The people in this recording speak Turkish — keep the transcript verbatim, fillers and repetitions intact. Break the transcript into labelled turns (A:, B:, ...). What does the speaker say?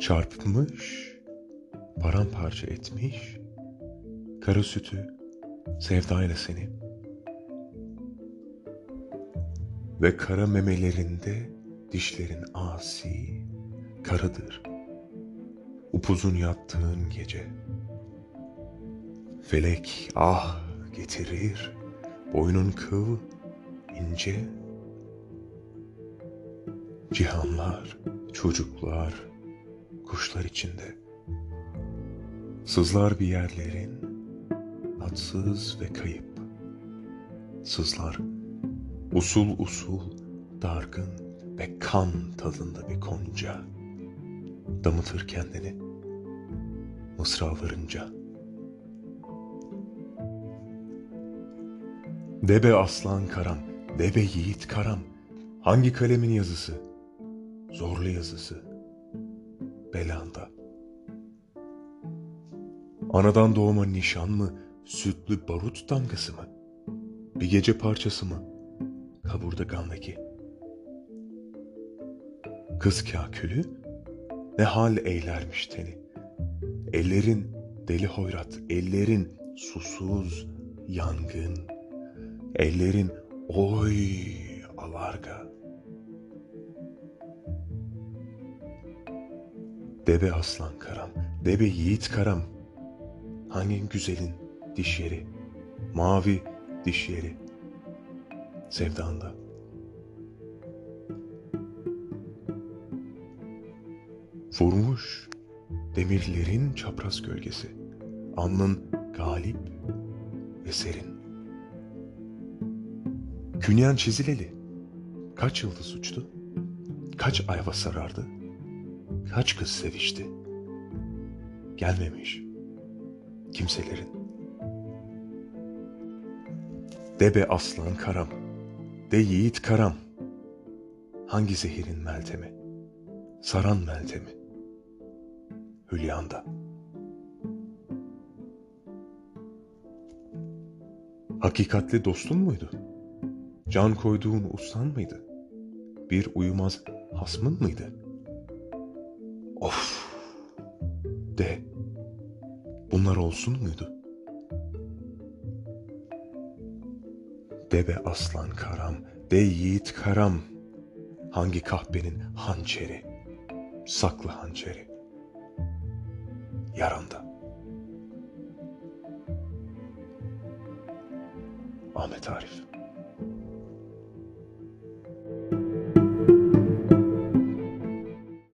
A: Çarpmış, paramparça etmiş, kara sütü sevdayla seni. Ve kara memelerinde dişlerin asi, karadır. Upuzun yattığın gece. Felek ah getirir, boynun kıv ince. Cihanlar, çocuklar, kuşlar içinde. Sızlar bir yerlerin, atsız ve kayıp. Sızlar, usul usul, dargın ve kan tadında bir konca. Damıtır kendini, mısralarınca. De be aslan karam, de be yiğit karam, hangi kalemin yazısı, zorlu yazısı, belanda. Anadan doğma nişan mı, sütlü barut damgası mı, bir gece parçası mı, kaburda gandaki. Kız kâkülü, ne hal eylermiş teni, ellerin deli hoyrat, ellerin susuz, yangın, ellerin oy alarga. Debe aslan karam, debe yiğit karam, hangi güzelin diş yeri, mavi diş yeri, sevdanda. Vurmuş demirlerin çapraz gölgesi, alnın galip ve serin. Künyen çizileli, kaç yıldız uçtu, kaç ayva sarardı, kaç kız sevişti, gelmemiş kimselerin. De be aslan karam, de yiğit karam, hangi zehirin meltemi, saran meltemi, hülyanda. Hakikatli dostun muydu? Can koyduğun ustan mıydı? Bir uyumaz hasmın mıydı? Of! De, bunlar olsun muydu? De be aslan karam, de yiğit karam, hangi kahpenin hançeri, saklı hançeri, yaranda. Ahmet Arif.